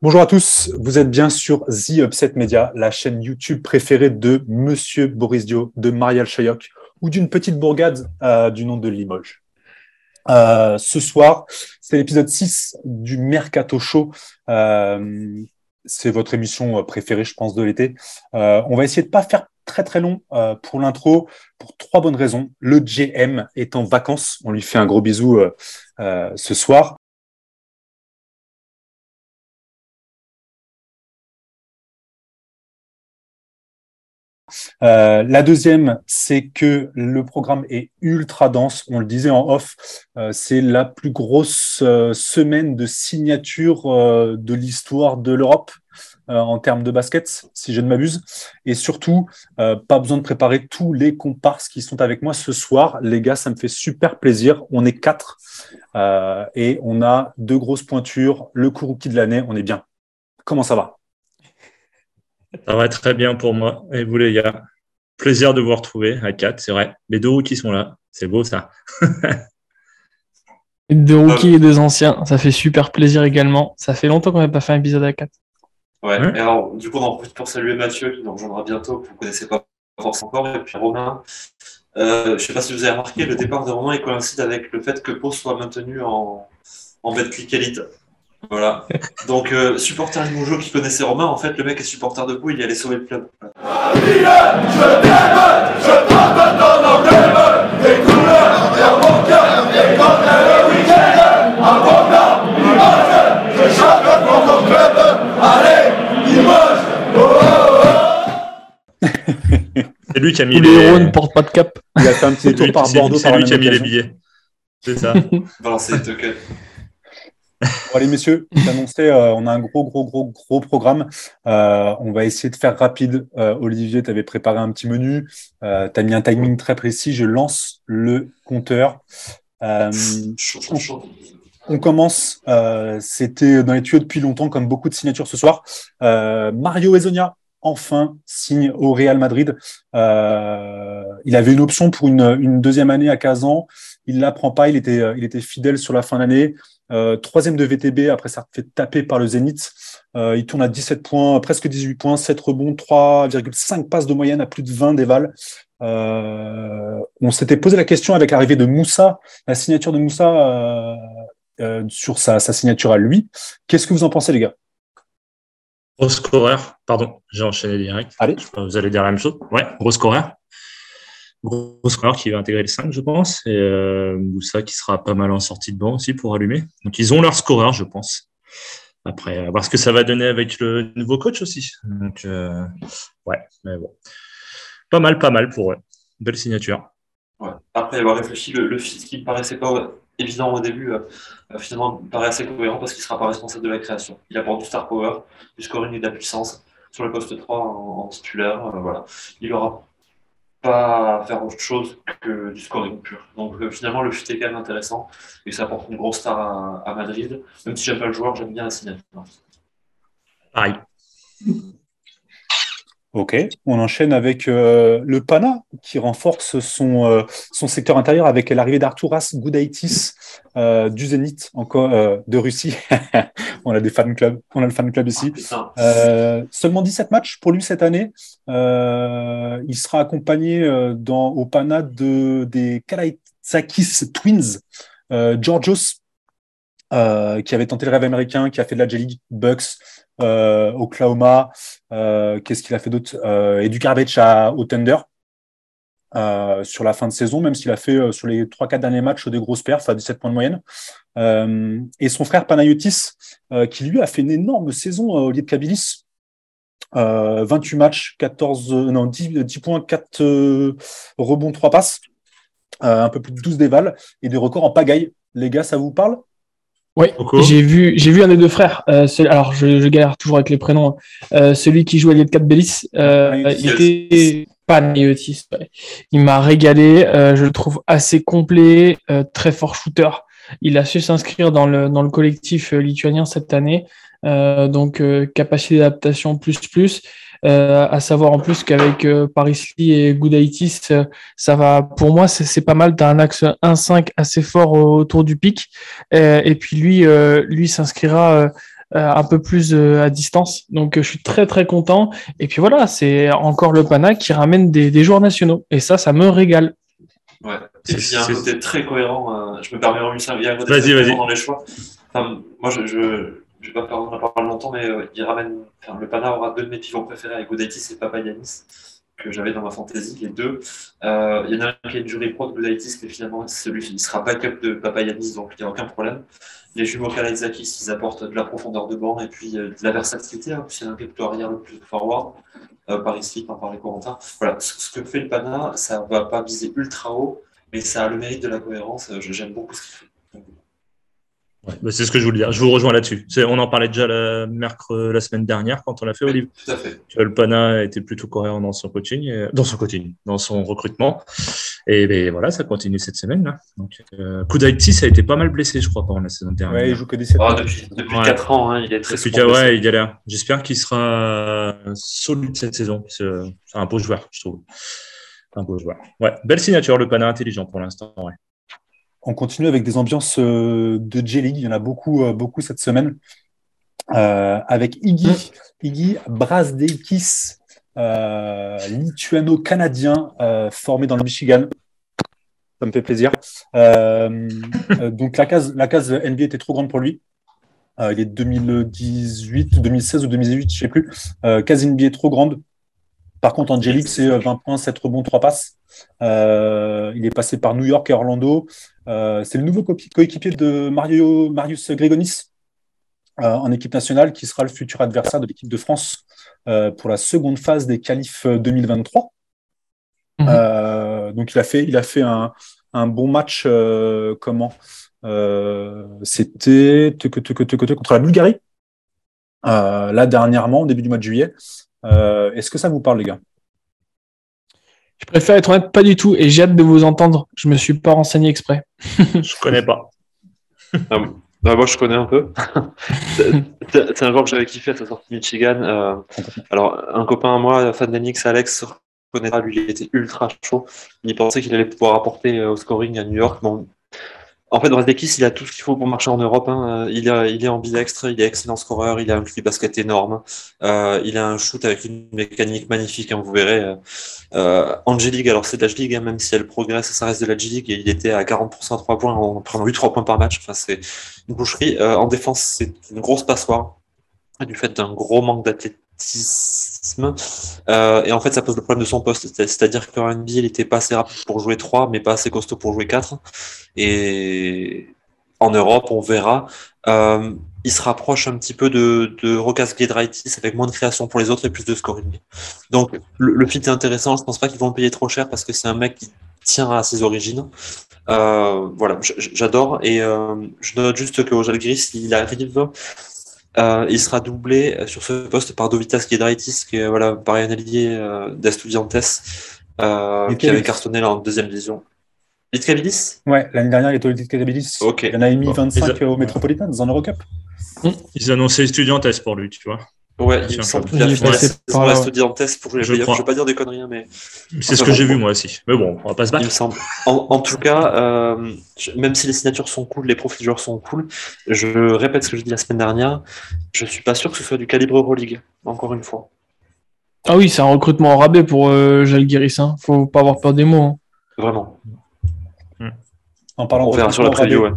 Bonjour à tous, vous êtes bien sur The Upset Media, la chaîne YouTube préférée de Monsieur Boris Dio, de Marial Chayoc ou d'une petite bourgade du nom de Limoges. Ce soir, c'est l'épisode 6 du Mercato Show. C'est votre émission préférée, je pense, de l'été. On va essayer de ne pas faire très très long pour l'intro, pour 3 bonnes raisons. Le GM est en vacances, on lui fait un gros bisou ce soir. La deuxième, c'est que le programme est ultra dense. On le disait en off, c'est la plus grosse semaine de signature de l'histoire de l'Europe en termes de basket, si je ne m'abuse. Et surtout, pas besoin de préparer tous les comparses qui sont avec moi ce soir. Les gars, ça me fait super plaisir. On est 4 et on a 2 grosses pointures. Le coup rookie de l'année, on est bien. Comment ça va? Ça va très bien pour moi. Et vous, les gars, plaisir de vous retrouver à 4, c'est vrai. Les 2 rookies sont là. C'est beau, ça. 2 rookies et 2 anciens. Ça fait super plaisir également. Ça fait longtemps qu'on n'a pas fait un épisode à 4. Ouais. Et alors, du coup, on en profite pour saluer Mathieu, qui nous rejoindra bientôt, que vous ne connaissez pas forcément encore. Et puis Romain. Je ne sais pas si vous avez remarqué, le départ de Romain, il coïncide avec le fait que Pau soit maintenu en Betclic Elite. Voilà. Donc, supporter Limoges qui connaissait Romain, en fait, le mec est supporter de Pau, il y allait sauver le club. Je t'aime, je porte dans nos rêves, des couleurs dans mon cœur, et quand est le week-end, à Romain, Limoges, je chante pour mon club, allez, Limoges, oh, oh, oh. C'est lui qui a mis les héros ne portent pas de cap. Il a fait un petit tour par Bordeaux. C'est lui qui a mis les billets. C'est ça. Balancer les tokens. Bon, allez, messieurs, j'annonçais, on a un gros programme. On va essayer de faire rapide. Olivier, tu avais préparé un petit menu. Tu as mis un timing très précis. Je lance le compteur. On commence. C'était dans les tuyaux depuis longtemps, comme beaucoup de signatures ce soir. Mario Hezonja, enfin, signe au Real Madrid. Il avait une option pour une deuxième année à 15 ans. Il ne la prend pas. Il était fidèle sur la fin d'année. 3e de VTB après s'être fait taper par le Zénith. Il tourne à 17 points, presque 18 points, 7 rebonds, 3,5 passes de moyenne à plus de 20 dévals. On s'était posé la question avec l'arrivée de Moussa, la signature de Moussa sur sa signature à lui. Qu'est-ce que vous en pensez, les gars? Gros scoreur, pardon, j'ai enchaîné direct. Allez. Vous allez dire la même chose? Ouais, gros scoreur. Gros scoreur qui va intégrer le 5, je pense. Et Moussa qui sera pas mal en sortie de banc aussi pour allumer. Donc, ils ont leur scoreur, je pense. Après, voir ce que ça va donner avec le nouveau coach aussi. Donc, ouais, mais bon. Pas mal pour eux. Belle signature. Ouais. Après avoir réfléchi, le fit qui me paraissait pas évident au début, finalement, me paraît assez cohérent parce qu'il ne sera pas responsable de la création. Il apporte du star power, du scoring et de la puissance sur le poste 3 en titulaire. Voilà. Il aura pas à faire autre chose que du scoring pur. Donc finalement, le fit est quand même intéressant et ça apporte une grosse star à Madrid. Même si j'aime pas le joueur, j'aime bien la signature. Pareil. Ok, on enchaîne avec le Pana qui renforce son secteur intérieur avec l'arrivée d'Arturas Gudaitis du Zénith, encore de Russie. On a le fan club ici. Seulement 17 matchs pour lui cette année. Il sera accompagné au Pana des Kalaitzakis Twins, Georgios, qui avait tenté le rêve américain, qui a fait de la J-League, Bucks, Oklahoma, qu'est-ce qu'il a fait d'autre, et du garbage au Thunder sur la fin de saison, même s'il a fait sur les 3-4 derniers matchs des grosses perfs à 17 points de moyenne. Et son frère Panayotis, qui lui a fait une énorme saison au lieu de Kabilis. 28 matchs, 10 points, 4 rebonds, 3 passes, un peu plus de 12 dévals et des records en pagaille. Les gars, ça vous parle? Oui, j'ai vu un des 2 frères. Alors, je galère toujours avec les prénoms. Celui qui joue à l'Ied Bellis, il était Panayotis. Ouais. Il m'a régalé. Je le trouve assez complet, très fort shooter. Il a su s'inscrire dans le collectif lituanien cette année. Donc, capacité d'adaptation plus. À savoir en plus qu'avec Paris Lee et Gudaitis, ça va, pour moi, c'est pas mal. Tu as un axe 1-5 assez fort autour du pic. Et puis lui s'inscrira un peu plus à distance. Donc, je suis très, très content. Et puis voilà, c'est encore le Pana qui ramène des joueurs nationaux. Et ça me régale. Ouais. Et puis, il y a un côté très cohérent. Je me permets de revenir, il y a un côté Vas-y, très vas-y. cohérent dans les choix. Enfin, moi, je vais pas en parler longtemps, mais il ramène. Enfin, le Pana aura 2 de mes pivots préférés avec Gudaitis et Papagiannis, que j'avais dans ma fantasy, les deux. Il y en a un qui est une jury pro de Gudaitis, mais finalement, il sera backup de Papagiannis, donc il n'y a aucun problème. Les jumeaux Kalaitzakis, ils apportent de la profondeur de banc et puis de la versatilité, hein, puis il y en a un qui est plutôt arrière, le plus forward. Par ici, par les Corentins. Voilà, ce que fait le Pana, ça ne va pas viser ultra haut, mais ça a le mérite de la cohérence. J'aime beaucoup ce qu'il fait. Ouais, bah c'est ce que je voulais dire. Je vous rejoins là-dessus. On en parlait déjà la semaine dernière quand on l'a fait, Olivier. Tout à fait. Tu vois, le Pana était plutôt cohérent dans son coaching, dans son recrutement. Et ben voilà, ça continue cette semaine là. Donc, Gudaitis a été pas mal blessé, je crois, pendant la saison dernière. Ouais, il joue que 17 ans. Depuis 4 ans, hein, il est très souvent blessé. Ouais, il galère. J'espère qu'il sera solide cette saison. C'est un beau joueur, je trouve. Un beau joueur. Ouais, belle signature, le Pana intelligent pour l'instant. Ouais. On continue avec des ambiances de J-League. Il y en a beaucoup cette semaine. Avec Iggy Brazdeikis, lituano-canadien, formé dans le Michigan. Ça me fait plaisir. Donc la case NBA était trop grande pour lui. Il est 2018, 2016 ou 2018, je ne sais plus. Case NBA trop grande. Par contre, en J-League, c'est 20 points, 7 rebonds, 3 passes. Il est passé par New York et Orlando. C'est le nouveau coéquipier de Marius Grigonis en équipe nationale, qui sera le futur adversaire de l'équipe de France pour la seconde phase des qualifs 2023. Donc il a fait un bon match. C'était contre la Bulgarie là dernièrement, au début du mois de juillet. Est-ce que ça vous parle, les gars? Je préfère être honnête, pas du tout, et j'ai hâte de vous entendre. Je me suis pas renseigné exprès. Je connais pas. Moi, je connais un peu. C'est un joueur que j'avais kiffé à sa sortie de Michigan. Alors, un copain à moi, fan d'Enix, Alex, connaîtra, lui, il était ultra chaud. Il pensait qu'il allait pouvoir apporter au scoring à New York. Bon. En fait, Brazdeikis, il a tout ce qu'il faut pour marcher en Europe. Hein. Il est ambidextre, il est excellent scoreur, il a un QI basket énorme. Il a un shoot avec une mécanique magnifique, hein, vous verrez. En G-League, alors c'est de la G-League, hein, même si elle progresse, ça reste de la G-League, et il était à 40% à 3 points en prenant 8 3 points par match. Enfin, c'est une boucherie. En défense, c'est une grosse passoire, du fait d'un gros manque d'athlétisme. Et en fait, ça pose le problème de son poste. C'est-à-dire qu'en NBA, il était pas assez rapide pour jouer 3, mais pas assez costaud pour jouer 4. Et en Europe, on verra. Il se rapproche un petit peu de Rokas Giedraitis avec moins de création pour les autres et plus de scoring. Donc, le fit est intéressant. Je pense pas qu'ils vont le payer trop cher parce que c'est un mec qui tient à ses origines. Voilà, j'adore. Et je note juste qu'au Žalgiris, il arrive. Il sera doublé sur ce poste par Dovitas Giedraitis, qui est pareil, un allié d'Estudiantes, qui avait cartonné là en deuxième division. Litkabilis ? Ouais, l'année dernière, il était au Litkabilis. Okay. Il en a émis 25 au Metropolitans en Eurocup. Ils annonçaient Estudiantes pour lui, tu vois. Ouais, il me semble qu'il a fait pour Estudiantes pour jouer. Je vais pas dire des conneries, hein, mais. C'est ce que j'ai vu moi aussi. Mais bon, on va pas se battre. Il me semble. En tout cas, même si les signatures sont cool, les profils joueurs sont cool, je répète ce que j'ai dit la semaine dernière, je suis pas sûr que ce soit du calibre Euroleague, encore une fois. Ah oui, c'est un recrutement en rabais pour Žalgiris. Hein. Faut pas avoir peur des mots. Hein. Vraiment. En parlant on verra sur la preview, ouais.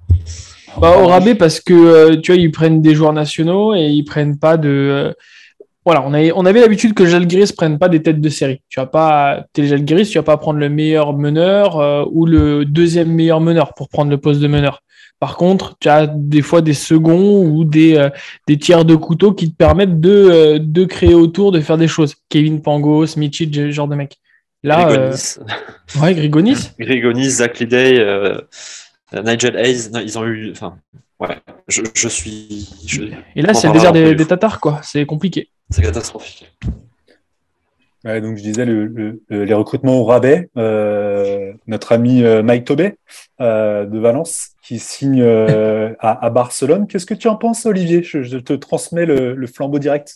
Au rabais parce que tu vois, ils prennent des joueurs nationaux et ils prennent pas de. Voilà, on avait l'habitude que Žalgiris prenne pas des têtes de série. Tu vas pas, t'es Žalgiris, tu vas pas prendre le meilleur meneur ou le deuxième meilleur meneur pour prendre le poste de meneur. Par contre, tu as des fois des seconds ou des tiers de couteau qui te permettent de créer autour, de faire des choses. Kevin Pangos, Micic, ce genre de mec. Là, Grigonis. Ouais, Grigonis. Grigonis, Zach Lidey, Nigel Hayes, non, ils ont eu. Enfin, ouais, je suis. Et là, c'est le désert des Tatars, quoi. C'est compliqué. C'est catastrophique. Ouais, donc je disais les recrutements au rabais. Notre ami Mike Tobey de Valence qui signe à Barcelone. Qu'est-ce que tu en penses, Olivier? Je te transmets le flambeau direct.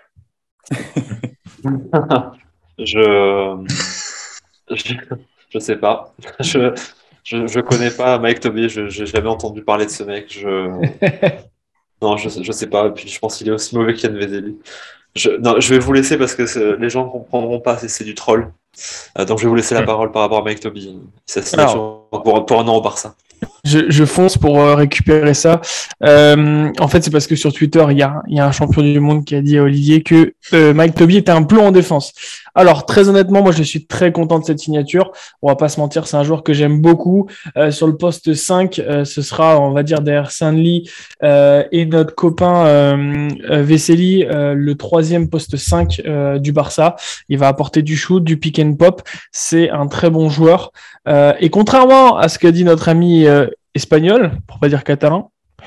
Je sais pas. Je connais pas Mike Tobey. Je n'ai jamais entendu parler de ce mec. Non, je sais pas. Et puis je pense qu'il est aussi mauvais qu'Yann Vezeli. Non, je vais vous laisser parce que les gens ne comprendront pas, c'est du troll. Donc je vais vous laisser la parole par rapport à Mike Toby. Sa signature pour un an au Barça. Je fonce pour récupérer ça. En fait, c'est parce que sur Twitter, il y a un champion du monde qui a dit à Olivier que Mike Toby était un plomb en défense. Alors, très honnêtement, moi, je suis très content de cette signature. On va pas se mentir, c'est un joueur que j'aime beaucoup. Sur le poste 5, ce sera, on va dire, derrière Saint-Denis et notre copain Vesely, le troisième poste 5 du Barça. Il va apporter du shoot, du pick and pop. C'est un très bon joueur. Et contrairement à ce que dit notre ami espagnol, pour pas dire catalan,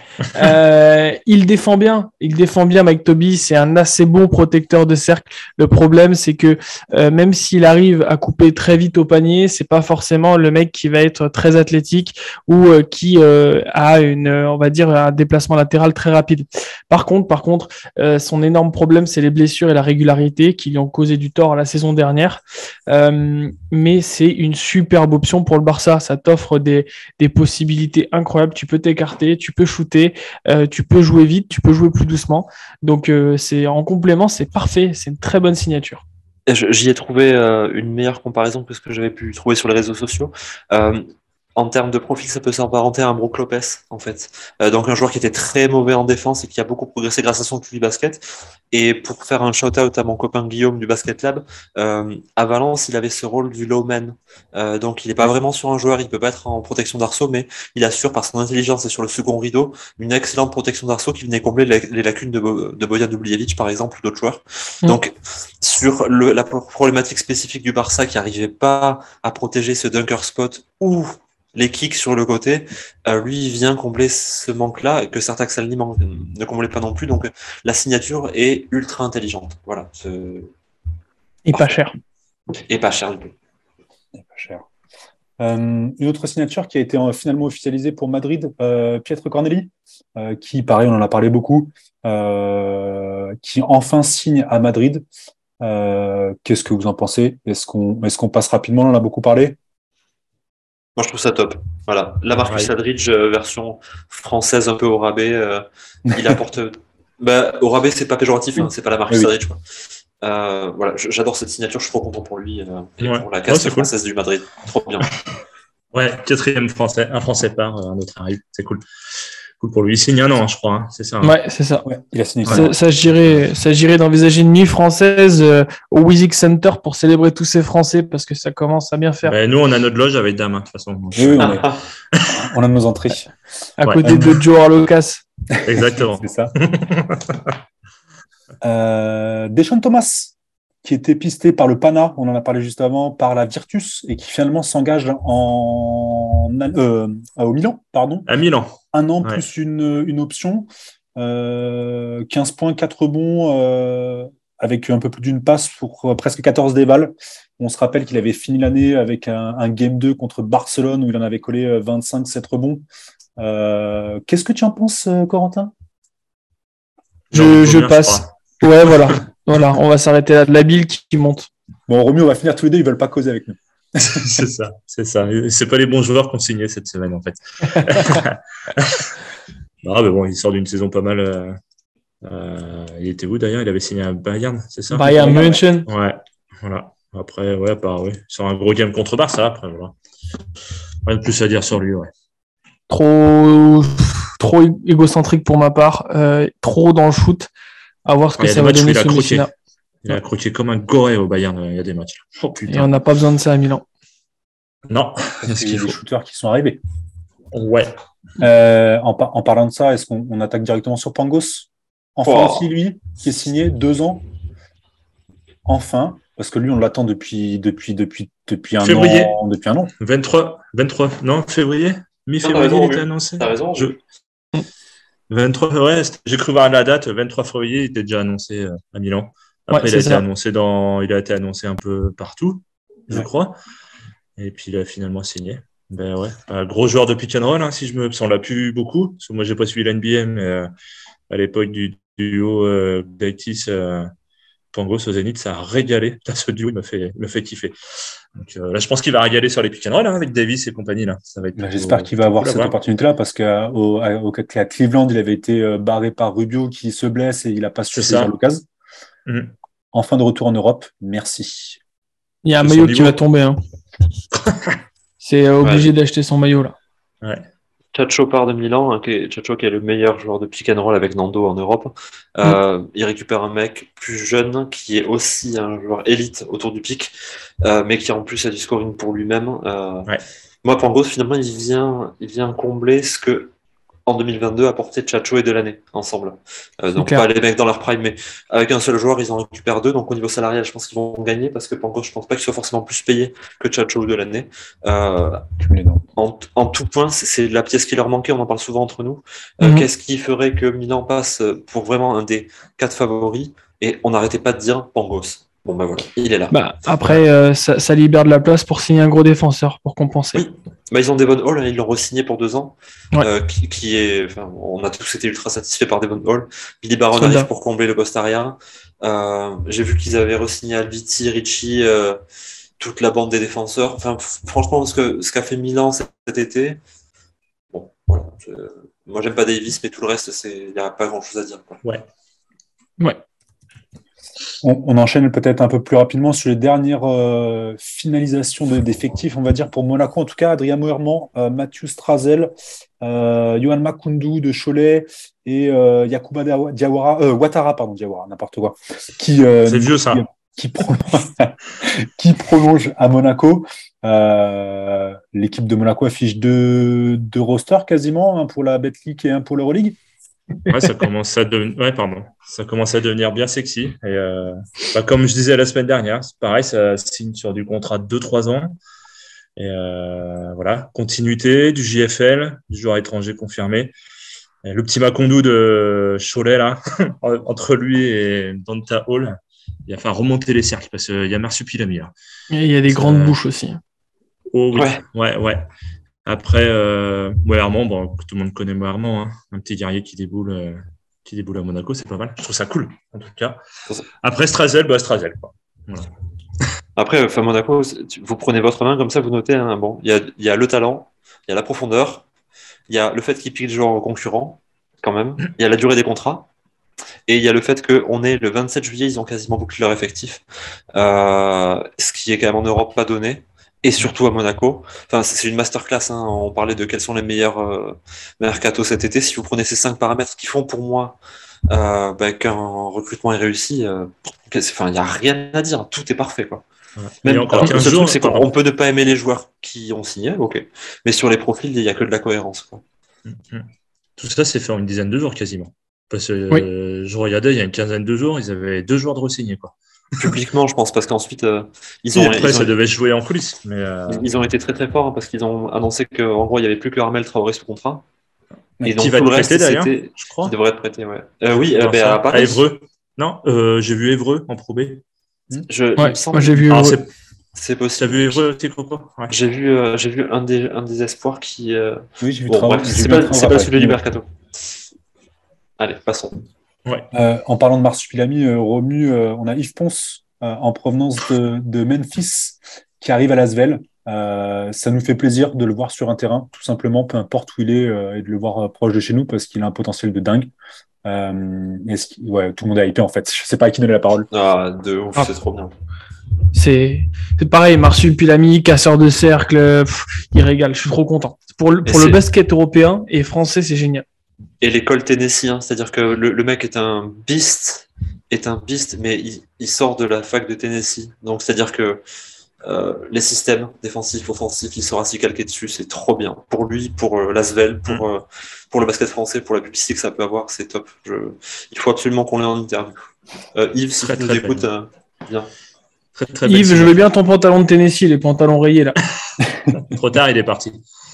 il défend bien. Il défend bien, Mike Toby. C'est un assez bon protecteur de cercle. Le problème, c'est que même s'il arrive à couper très vite au panier, c'est pas forcément le mec qui va être très athlétique ou qui a on va dire, un déplacement latéral très rapide. Par contre, son énorme problème, c'est les blessures et la régularité qui lui ont causé du tort la saison dernière. Mais c'est une superbe option pour le Barça. Ça t'offre des possibilités incroyables. Tu peux t'écarter, tu peux shooter, tu peux jouer vite, tu peux jouer plus doucement. Donc, c'est en complément, c'est parfait. C'est une très bonne signature. J'y ai trouvé une meilleure comparaison que ce que j'avais pu trouver sur les réseaux sociaux. En termes de profil, ça peut s'apparenter à un Brook Lopez, en fait. Donc un joueur qui était très mauvais en défense et qui a beaucoup progressé grâce à son QI basket. Et pour faire un shout-out à mon copain Guillaume du Basket Lab, à Valence, il avait ce rôle du low man. Donc il n'est pas vraiment sur un joueur, il peut pas être en protection d'arceau, mais il assure par son intelligence et sur le second rideau une excellente protection d'arceau qui venait combler les lacunes de Bojan Dubljevic, par exemple, ou d'autres joueurs. Donc sur la problématique spécifique du Barça qui n'arrivait pas à protéger ce dunker spot ou les kicks sur le côté, lui il vient combler ce manque-là que certains Salni ne comblaient pas non plus. Donc la signature est ultra intelligente. Voilà. Et pas cher. Et pas cher du tout. Et pas cher. Une autre signature qui a été finalement officialisée pour Madrid, Pietro Corneli, qui, pareil, on en a parlé beaucoup, qui enfin signe à Madrid. Qu'est-ce que vous en pensez ? Est-ce qu'on passe rapidement ? On en a beaucoup parlé. Moi, je trouve ça top. Voilà. La Marcus Aldridge, version française un peu au rabais, il apporte. Au rabais, c'est pas péjoratif, hein, c'est pas la Marcus Aldridge. Quoi. Voilà, j'adore cette signature, je suis trop content pour lui et pour la caste française du Madrid. Trop bien. Ouais, quatrième français, un français part, un autre arrive, c'est cool. Cool pour lui. Il signe un an, je crois, hein. C'est ça. Hein. Ouais, c'est ça. Ouais, il a signé ça j'irait d'envisager une nuit française au Wizik Center pour célébrer tous ces Français parce que ça commence à bien faire. Ben, nous, on a notre loge avec Dame, de toute façon. Oui, on a nos entrées. À côté de Joe Arlocas. Exactement. C'est ça. Deschamps Thomas, qui était pisté par le Pana, on en a parlé juste avant, par la Virtus, et qui finalement s'engage au Milan, pardon. À Milan. Un an plus une option. 15 points, 4 rebonds, avec un peu plus d'une passe pour presque 14 dévals. On se rappelle qu'il avait fini l'année avec un Game 2 contre Barcelone où il en avait collé 25, 7 rebonds. Qu'est-ce que tu en penses, Corentin ? Je passe. Ouais, voilà. Voilà, on va s'arrêter là. De la bile qui monte. Bon, Romu, on va finir tous les deux, ils veulent pas causer avec nous. c'est ça. C'est pas les bons joueurs qu'on signait cette semaine, en fait. Non, mais bon, il sort d'une saison pas mal. Il était où d'ailleurs ? Il avait signé à Bayern, c'est ça ? Bayern München. Ouais, voilà. Après, sur un gros game contre Barça, après, voilà. Rien de plus à dire sur lui, ouais. Trop égocentrique pour ma part. Trop dans le shoot. À voir ce que ça va donner ce Messina. Il a croqué comme un goré au Bayern, il y a des matchs. Oh, putain. Et on n'a pas besoin de ça à Milan. Non. Il y a des shooters qui sont arrivés. Ouais. En parlant de ça, est-ce qu'on attaque directement sur Pangos ? Enfin aussi, lui, qui est signé 2 ans. Enfin, parce que lui, on l'attend depuis un février. an. Depuis un an. 23, non, février ? Mi-février, il était annoncé. T'as raison. 23, ouais, j'ai cru voir la date, 23 février, il était déjà annoncé à Milan. Après, il a été annoncé un peu partout, je crois. Et puis, il a finalement signé. Ben ouais, un gros joueur de pick and roll, hein, on l'a plus beaucoup. Parce que moi, j'ai pas suivi la NBA, mais à l'époque du duo Daitis, Pangos au Zénith, ça a régalé. Ce duo, il me fait kiffer. Donc là, je pense qu'il va régaler sur les pick and roll avec Davis et compagnie. Là. Ça va être J'espère qu'il va avoir cette opportunité-là parce qu'à Cleveland, il avait été barré par Rubio qui se blesse et il n'a pas su saisir l'occasion. Enfin de retour en Europe, merci. Il y a un maillot qui va tomber. Hein. C'est obligé d'acheter son maillot là. Ouais. Chacho part de Milan, Chacho qui est le meilleur joueur de pick and roll avec Nando en Europe. Il récupère un mec plus jeune qui est aussi un joueur élite autour du pick, mais qui en plus a du scoring pour lui-même. Moi, Pangos, finalement, il vient combler ce que en 2022 apporté Chacho et Delaney ensemble. Donc pas les mecs dans leur prime, mais avec un seul joueur, ils en récupèrent deux. Donc au niveau salarial, je pense qu'ils vont gagner parce que Pangos, je pense pas qu'il soit forcément plus payé que Chacho ou Delaney. En tout point, c'est la pièce qui leur manquait. On en parle souvent entre nous. Qu'est-ce qui ferait que Milan passe pour vraiment un des 4 favoris et on n'arrêtait pas de dire Pangos. Bon ben voilà, il est là. Après, ça libère de la place pour signer un gros défenseur pour compenser. Oui. Ils ont Devon Hall, ils l'ont re-signé pour 2 ans. Qui est, on a tous été ultra satisfaits par Devon Hall. Billy Baron arrive pour combler le poste arrière. J'ai vu qu'ils avaient re-signé Alviti, Ricci, toute la bande des défenseurs. Enfin, franchement, ce qu'a fait Milan cet été, bon, voilà. Moi, j'aime pas Davis, mais tout le reste, il n'y a pas grand-chose à dire. Quoi. Ouais. On enchaîne peut-être un peu plus rapidement sur les dernières finalisations d'effectifs, on va dire, pour Monaco. En tout cas, Adrien Moerman, Mathieu Strazel, Yohan Makoundou de Cholet et Yacouba Ouattara, n'importe quoi. C'est vieux, ça. Qui prolonge à Monaco. L'équipe de Monaco affiche deux rosters quasiment, un pour la Betclic et un pour l'Euroleague. Ouais, ça commence à devenir bien sexy. Et comme je disais la semaine dernière, c'est pareil, ça signe sur du contrat de 2-3 ans. Et voilà, continuité du JFL, du joueur étranger confirmé. Et le petit Makoundou de Cholet, là, entre lui et Donta Hall, il va falloir remonter les cercles parce qu'il y a Marsupilami là. Et il y a des grandes bouches aussi. Oh oui, ouais. Après, Moerman, tout le monde connaît Moerman, hein, un petit guerrier qui déboule à Monaco, c'est pas mal. Je trouve ça cool, en tout cas. Après, Strazel, Strazel. Quoi. Voilà. Après, Monaco, vous prenez votre main comme ça, vous notez. Hein, bon, il y a le talent, il y a la profondeur, il y a le fait qu'ils piquent le joueur concurrent, quand même. Il y a la durée des contrats. Et il y a le fait qu'on est le 27 juillet, ils ont quasiment bouclé leur effectif. Ce qui est quand même en Europe pas donné. Et surtout à Monaco. Enfin, c'est une masterclass. Hein. On parlait de quels sont les meilleurs mercato cet été. Si vous prenez ces 5 paramètres qui font pour moi qu'un recrutement est réussi, il n'y a rien à dire. Tout est parfait. Quoi. Ouais. Même encore le seul truc, c'est qu'on peut ne pas aimer les joueurs qui ont signé, ok. Mais sur les profils, il n'y a que de la cohérence. Quoi. Tout ça, c'est fait en une dizaine de jours quasiment. Parce que je regardais, il y a une quinzaine de jours, ils avaient 2 joueurs de re-signer, quoi. Publiquement, je pense, parce qu'ensuite, ça devait jouer en coulisses. Mais ils ont été très très forts, hein, parce qu'ils ont annoncé qu'en gros, il n'y avait plus que Armel Traoré sous contrat. Et donc, qui va être prêté d'ailleurs, je crois. Qui devrait être prêté, ouais. À Paris. À Évreux. Non, j'ai vu Évreux en Pro B. Moi, j'ai vu Évreux. C'est possible. T'as vu Évreux, t'es Coco? Ouais. J'ai vu un des espoirs qui. Oui, j'ai vu Traoré. C'est pas celui du mercato. Allez, passons. Ouais. En parlant de Marsupilami, Romu, on a Yves Ponce en provenance de Memphis qui arrive à Lasvel. Ça nous fait plaisir de le voir sur un terrain, tout simplement, peu importe où il est, et de le voir proche de chez nous parce qu'il a un potentiel de dingue. Tout le monde est hypé en fait. Je sais pas à qui donner la parole. De ouf, c'est trop bien. C'est pareil, Marsupilami, casseur de cercle, il régale. Je suis trop content. Pour le basket européen et français, c'est génial. Et l'école Tennessee, hein, c'est-à-dire que le mec est un beast, mais il sort de la fac de Tennessee. Donc c'est-à-dire que les systèmes défensifs, offensifs, il sera s'y calquer dessus, c'est trop bien. Pour lui, pour l'Asvel, pour le basket français, pour la publicité que ça peut avoir, c'est top. Il faut absolument qu'on l'ait en interview. Yves, si tu nous écoutes, bien. Très Yves, je veux bien ton pantalon de Tennessee, les pantalons rayés là. Trop tard, il est parti.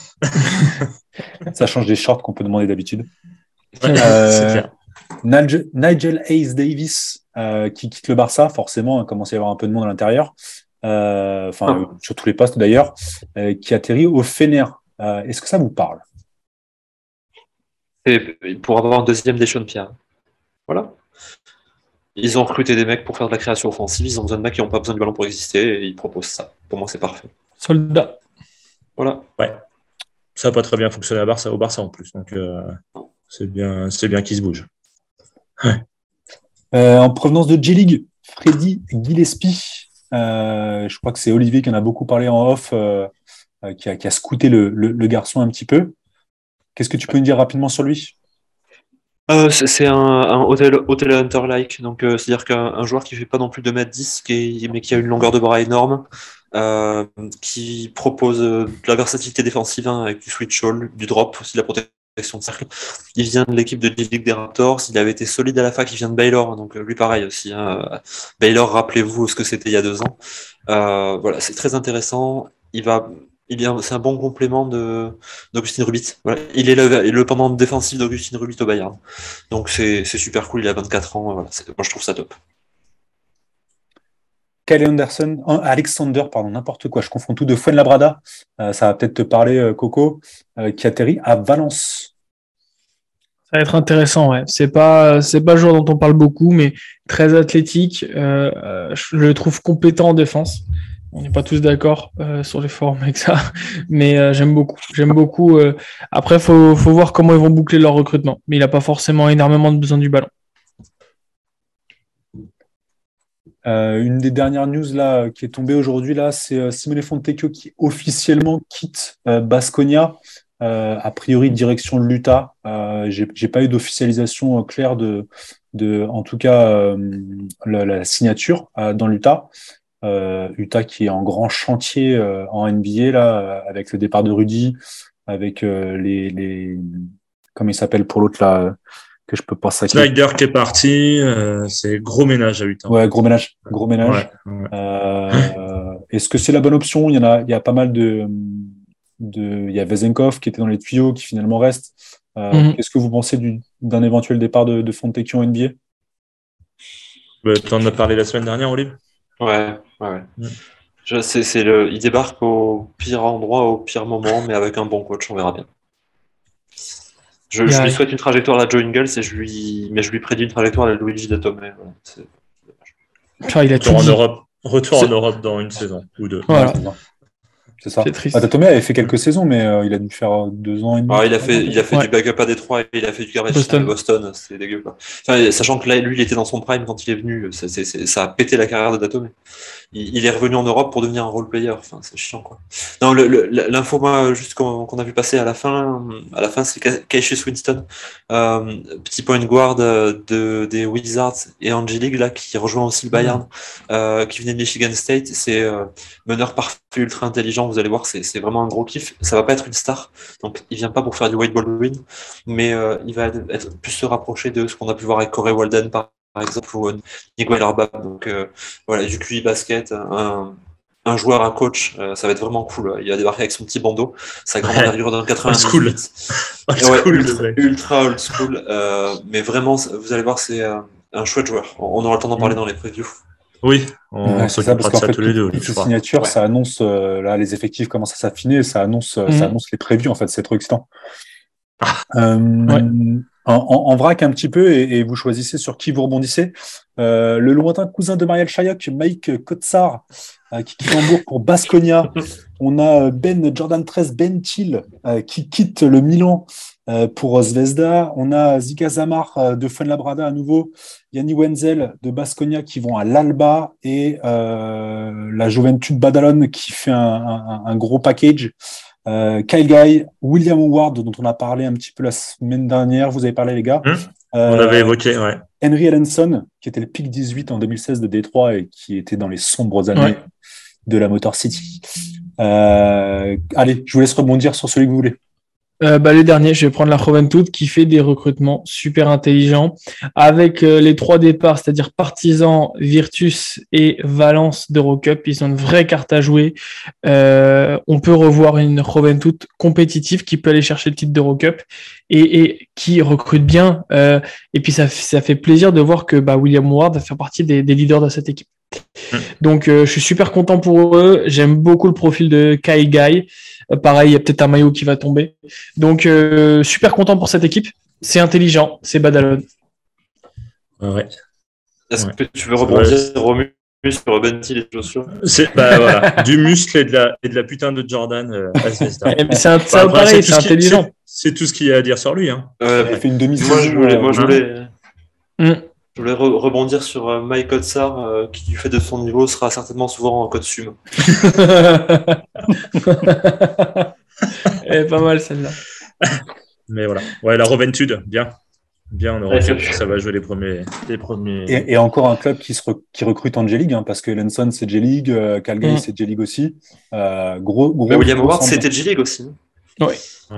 Ça change des shorts qu'on peut demander d'habitude. Ouais, c'est clair. Nigel Hayes Davis qui quitte le Barça, forcément, il commence à y avoir un peu de monde à l'intérieur, sur tous les postes d'ailleurs, qui atterrit au Fener. Est-ce que ça vous parle? Et pour avoir un deuxième des Sean Pierre. Voilà. Ils ont recruté des mecs pour faire de la création offensive, ils ont besoin de mecs qui n'ont pas besoin du ballon pour exister, et ils proposent ça. Pour moi, c'est parfait. Soldat. Voilà. Ouais. Ça n'a pas très bien fonctionné au Barça en plus, donc c'est bien qu'il se bouge. Ouais. En provenance de J-League, Freddy Gillespie. Je crois que c'est Olivier qui en a beaucoup parlé en off, qui a scouté le garçon un petit peu. Qu'est-ce que tu peux nous dire rapidement sur lui? C'est un hotel hunter-like, donc c'est-à-dire qu'un joueur qui fait pas non plus 2m10, mais qui a une longueur de bras énorme, qui propose de la versatilité défensive avec du switch all, du drop, aussi de la protection de cercle. Il vient de l'équipe de J-League des Raptors, il avait été solide à la fac, il vient de Baylor, donc lui pareil aussi. Baylor, rappelez-vous ce que c'était il y a 2 ans. Voilà, c'est très intéressant. C'est un bon complément d'Augustin Rubit. Voilà. Il est le pendant défensif d'Augustin Rubit au Bayern. Donc c'est super cool, il a 24 ans. Voilà. Moi je trouve ça top. Kyle Alexander, n'importe quoi, je confonds tout, de Fuenlabrada. Ça va peut-être te parler, Coco, qui atterrit à Valence. Ça va être intéressant, ouais. C'est pas le joueur dont on parle beaucoup, mais très athlétique. Je le trouve compétent en défense. On n'est pas tous d'accord sur les forums avec ça, mais j'aime beaucoup. Après, faut voir comment ils vont boucler leur recrutement, mais il n'a pas forcément énormément de besoin du ballon. Une des dernières news là qui est tombée aujourd'hui là, c'est Simone Fontecchio qui officiellement quitte Baskonia, a priori direction de l'Utah. J'ai pas eu d'officialisation claire de en tout cas la signature dans l'Utah. Utah qui est en grand chantier en NBA là, avec le départ de Rudy, avec les comment il s'appelle pour l'autre là, que je peux pas saquer. Snyder qui est parti, c'est gros ménage à Utah. Ouais, gros ménage. Ouais. Est-ce que c'est la bonne option? Il y a pas mal il y a Vezenkov qui était dans les tuyaux, qui finalement reste. Qu'est-ce que vous pensez d'un éventuel départ de Fontecchio en NBA? Tu en as parlé la semaine dernière, Olive? Ouais. Il débarque au pire endroit, au pire moment, mais avec un bon coach, on verra bien. Je lui souhaite une trajectoire à la Joe Ingles, mais je lui prédis une trajectoire à la Luigi Datome. Il a Retour en Europe dans une saison ou 2. Voilà. C'est ça. Datome avait fait quelques saisons, mais il a dû faire 2 ans et demi. Il a fait du backup à Détroit et il a fait du garbage à Boston. C'est dégueu, quoi. Enfin, sachant que là, lui, il était dans son prime quand il est venu. Ça a pété la carrière de Datome. Il est revenu en Europe pour devenir un role player. Enfin, c'est chiant, quoi. Non, l'info, moi, juste qu'on a vu passer à la fin, c'est Cassius Winston, petit point guard des Wizards et Angelique, là, qui rejoint aussi le Bayern, qui venait de Michigan State. C'est meneur parfait, ultra intelligent. Vous allez voir, c'est vraiment un gros kiff. Ça va pas être une star, donc il vient pas pour faire du Wade Baldwin, mais il va être plus se rapprocher de ce qu'on a pu voir avec Corey Walden par exemple, ou Niguel Arbab. Donc voilà, du QI basket, un joueur, un coach, ça va être vraiment cool. Il va débarquer avec son petit bandeau, sa grande envergure dans le 98. Ultra old school, mais vraiment, vous allez voir, c'est un chouette joueur. On aura le temps d'en parler dans les previews. Oui, on s'occupera de ça tous les deux. Toutes ces signatures, ça annonce, là, les effectifs commencent à s'affiner, ça annonce les previews, en fait, c'est trop excitant. En vrac un petit peu, et vous choisissez sur qui vous rebondissez. Le lointain cousin de Marielle Chayok, Mike Kotsar, qui quitte Hambourg pour Baskonia. On a Jordan 13 Ben Thiel, qui quitte le Milan pour Zvezda. On a Zika Zamar de Fuenlabrada à nouveau, Yanni Wenzel de Baskonia qui vont à l'Alba, et la Juventud Badalone qui fait un gros package. Kyle Guy, William Howard, dont on a parlé un petit peu la semaine dernière, vous avez parlé les gars. On avait évoqué, ouais. Henry Ellenson, qui était le pick 18 en 2016 de Détroit et qui était dans les sombres années de la Motor City. Allez, je vous laisse rebondir sur celui que vous voulez. Les derniers, je vais prendre la Juventud qui fait des recrutements super intelligents avec les 3 départs, c'est-à-dire Partizan, Virtus et Valence d'Eurocup. Ils ont une vraie carte à jouer. On peut revoir une Juventud compétitive qui peut aller chercher le titre d'Eurocup et qui recrute bien. Et puis ça fait plaisir de voir que William Ward va faire partie des leaders de cette équipe. Donc je suis super content pour eux. J'aime beaucoup le profil de Kyle Guy. Pareil, il y a peut-être un maillot qui va tomber. Donc super content pour cette équipe. C'est intelligent, c'est Badalone. Ouais. Est-ce que tu veux rebondir, Romu, sur Bentil et chaussures? Voilà, du muscle et de la putain de Jordan à Zvezda. Mais c'est pareil, c'est intelligent. C'est tout ce qu'il y a à dire sur lui. Hein. Il a fait une demi-saison. Moi, je voulais rebondir sur Mike Kotsar, qui, du fait de son niveau, sera certainement souvent en code sum. Elle est pas mal, celle-là. Mais voilà. Ouais, la Reventude, bien. Bien, on aurait fait que ça va jouer les premiers. Et encore un club qui recrute en J-League, hein, parce que Lenson, c'est J-League, Calgary, c'est J-League aussi. Gros, mais William Howard, c'était J-League aussi. Oui.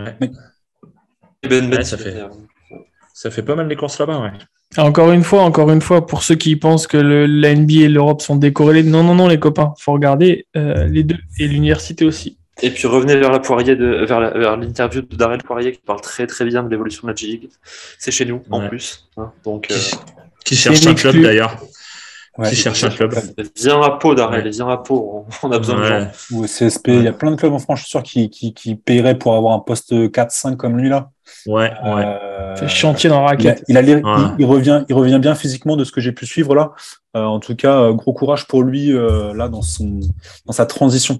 Ouais. Ça fait pas mal les courses là-bas, ouais. Encore une fois, pour ceux qui pensent que la NBA et l'Europe sont décorrélés, non, les copains, faut regarder les deux, et l'université aussi. Et puis revenez vers vers l'interview de Darrell Poirier qui parle très très bien de l'évolution de la G-League. C'est chez nous en plus. Hein, donc, qui cherche un club d'ailleurs. Qui cherche un club. Viens à Pau, Darrell, viens à Pau. On a besoin de gens. Ou au CSP, il y a plein de clubs en France, je suis sûr, qui paieraient pour avoir un poste 4-5 comme lui là. Ouais. C'est chantier dans la raquette. Il revient bien physiquement de ce que j'ai pu suivre là. En tout cas, gros courage pour lui là dans sa transition.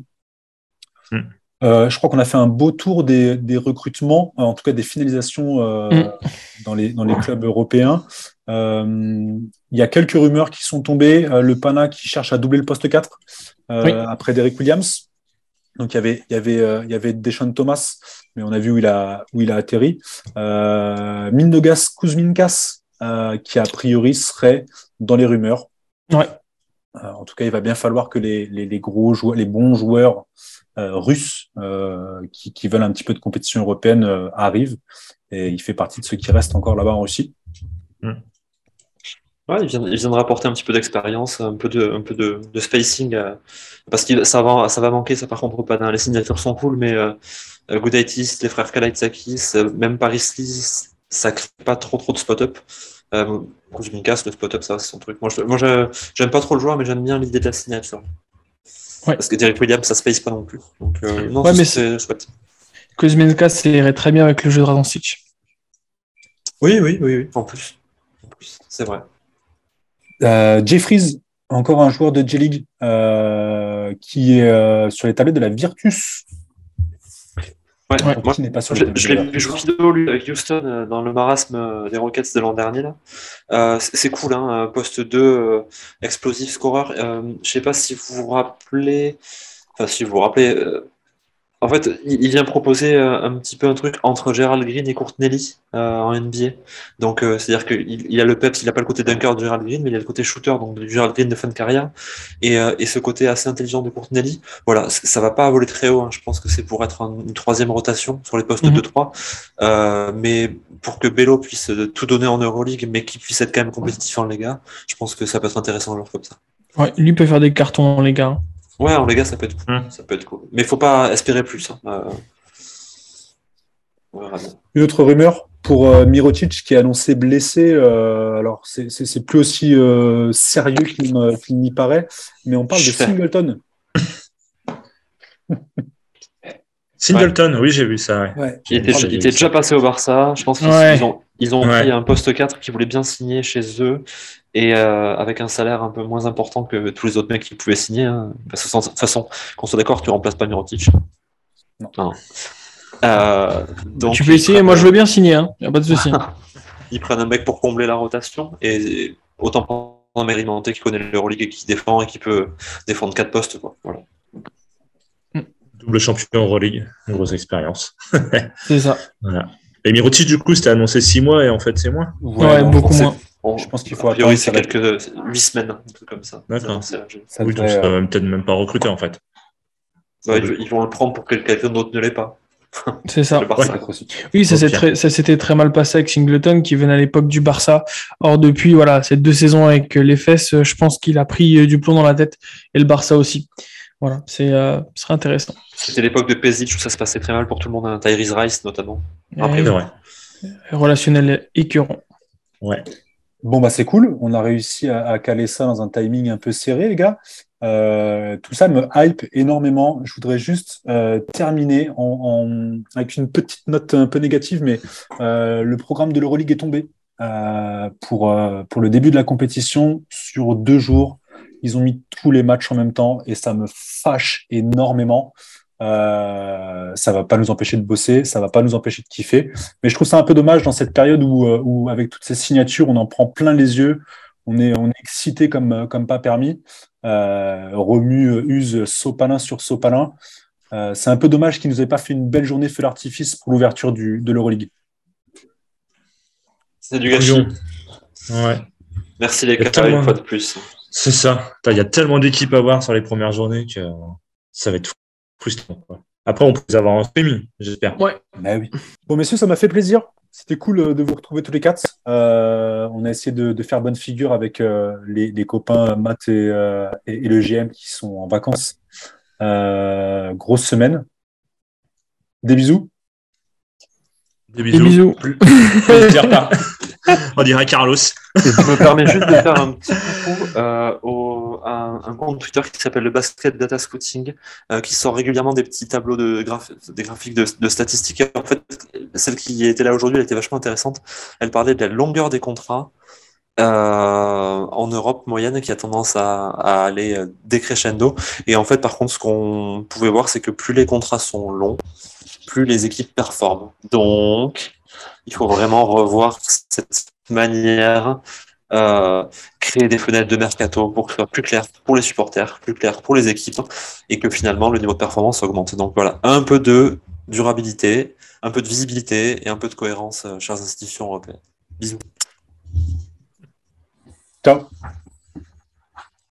Je crois qu'on a fait un beau tour des recrutements, en tout cas des finalisations dans les clubs européens. Il y a quelques rumeurs qui sont tombées. Le Pana qui cherche à doubler le poste 4 après Derrick Williams. Donc il y avait Deshaun Thomas, mais on a vu où il a atterri. Mindogas Kuzminkas qui a priori serait dans les rumeurs. Ouais. En tout cas, il va bien falloir que les gros joueurs, les bons joueurs russes qui veulent un petit peu de compétition européenne arrivent. Et il fait partie de ceux qui restent encore là-bas en Russie. Ouais, il vient de rapporter un petit peu d'expérience, un peu de spacing, parce que ça va manquer, ça par contre au Pana. Les signatures sont cool, mais Gudaitis, les frères Kalaitzakis, même Paris Lee, ça crée pas trop de spot-up. Kuzminkas, le spot-up, ça c'est son truc. Moi, j'aime pas trop le joueur, mais j'aime bien l'idée de la signature. Ouais. Parce que Derrick Williams, ça space pas non plus. Donc, non, mais c'est chouette. Kuzminkas, ça irait très bien avec le jeu de Radonjic. Oui. En plus, c'est vrai. Jeffries, encore un joueur de J-League qui est sur les tablettes de la Virtus. Ouais. Moi, je l'ai vu jouer vidéo lui, avec Houston dans le marasme des Rockets de l'an dernier. Là. C'est cool, hein, poste 2, explosif scoreur. Je sais pas si vous vous rappelez. Enfin, si vous vous rappelez. En fait, il vient proposer un petit peu un truc entre Gerald Green et Courtney Lee en NBA. Donc, c'est-à-dire qu'il a le peps, il n'a pas le côté dunker de Gerald Green, mais il a le côté shooter, donc du Gerald Green de fin de carrière. Et ce côté assez intelligent de Courtney Lee, voilà, ça va pas voler très haut. Hein. Je pense que c'est pour être une troisième rotation sur les postes 2-3. Mais pour que Bello puisse tout donner en Euroleague, mais qu'il puisse être quand même compétitif en Liga, je pense que ça peut être intéressant un joueur comme ça. Ouais, lui peut faire des cartons en Liga. Ouais, en Liga, ça peut être cool. Ça peut être cool. Mais il faut pas espérer plus. Hein. Une autre rumeur pour Mirotic qui est annoncé blessé. Alors, c'est plus aussi sérieux qu'il n'y paraît, mais on parle de Singleton. Singleton, oui, j'ai vu ça. Ouais. Il était déjà passé au Barça. Je pense qu'ils ont pris un poste 4 qui voulait bien signer chez eux. Et avec un salaire un peu moins important que tous les autres mecs qui pouvaient signer. Hein. Parce que de toute façon, qu'on soit d'accord, tu remplaces pas Mirotic. Non. Donc, tu peux essayer, moi je veux bien signer, hein. Y a pas de souci. Ils prennent un mec pour combler la rotation, et autant prendre un mérimenté qui connaît l'Euroleague et qui défend et qui peut défendre 4 postes. Quoi. Voilà. Double champion Euroleague, une grosse expérience. C'est ça. Voilà. Et Mirotic, du coup, c'était annoncé 6 mois et en fait, c'est moins. Ouais, beaucoup moins. Bon, je pense qu'il faut attendre. C'est quelques 8 semaines, un truc comme ça. D'accord. Oui, donc ça va peut-être même pas recruter en fait. Bah, ils vont le prendre pour que quelqu'un d'autre ne l'ait pas. C'est ça. Oui, ça s'était très mal passé avec Singleton qui venait à l'époque du Barça. Or, depuis ces 2 saisons avec les fesses, je pense qu'il a pris du plomb dans la tête et le Barça aussi. Voilà, ce serait intéressant. C'était l'époque de Pezic où ça se passait très mal pour tout le monde, hein. Tyrese Rice notamment. Après, relationnel écœurant. Ouais. Bon, bah c'est cool. On a réussi à caler ça dans un timing un peu serré, les gars. Tout ça me hype énormément. Je voudrais juste terminer avec une petite note un peu négative, mais le programme de l'Euroleague est tombé. pour le début de la compétition sur 2 jours. Ils ont mis tous les matchs en même temps et ça me fâche énormément. Ça va pas nous empêcher de bosser, ça va pas nous empêcher de kiffer. Mais je trouve ça un peu dommage dans cette période où avec toutes ces signatures, on en prend plein les yeux. On est excité comme pas permis. Remue, use sopalin sur sopalin. C'est un peu dommage qu'ils nous aient pas fait une belle journée feu d'artifice pour l'ouverture de l'Euroleague. C'est du gâchis. Ouais. Merci les gars, une fois de plus. C'est ça. Il y a tellement d'équipes à voir sur les premières journées que ça va être frustrant, quoi. Après, on peut les avoir en streaming, j'espère. Ouais. Bah oui. Bon, messieurs, ça m'a fait plaisir. C'était cool de vous retrouver tous les 4. On a essayé de faire bonne figure avec les copains Matt et le GM qui sont en vacances. Grosse semaine. Des bisous. Des bisous. Plaisir pas. On dirait Carlos. Je me permets juste de faire un petit coucou un compte Twitter qui s'appelle le Basket Data Scouting, qui sort régulièrement des petits tableaux des graphiques de statistiques. Et en fait, celle qui était là aujourd'hui, elle était vachement intéressante. Elle parlait de la longueur des contrats en Europe moyenne qui a tendance à aller décrescendo. Et en fait, par contre, ce qu'on pouvait voir, c'est que plus les contrats sont longs, plus les équipes performent. Donc, il faut vraiment revoir cette manière, créer des fenêtres de mercato pour que ce soit plus clair pour les supporters, plus clair pour les équipes, et que finalement le niveau de performance augmente. Donc voilà, un peu de durabilité, un peu de visibilité et un peu de cohérence, chères institutions européennes. Bisous. Ciao.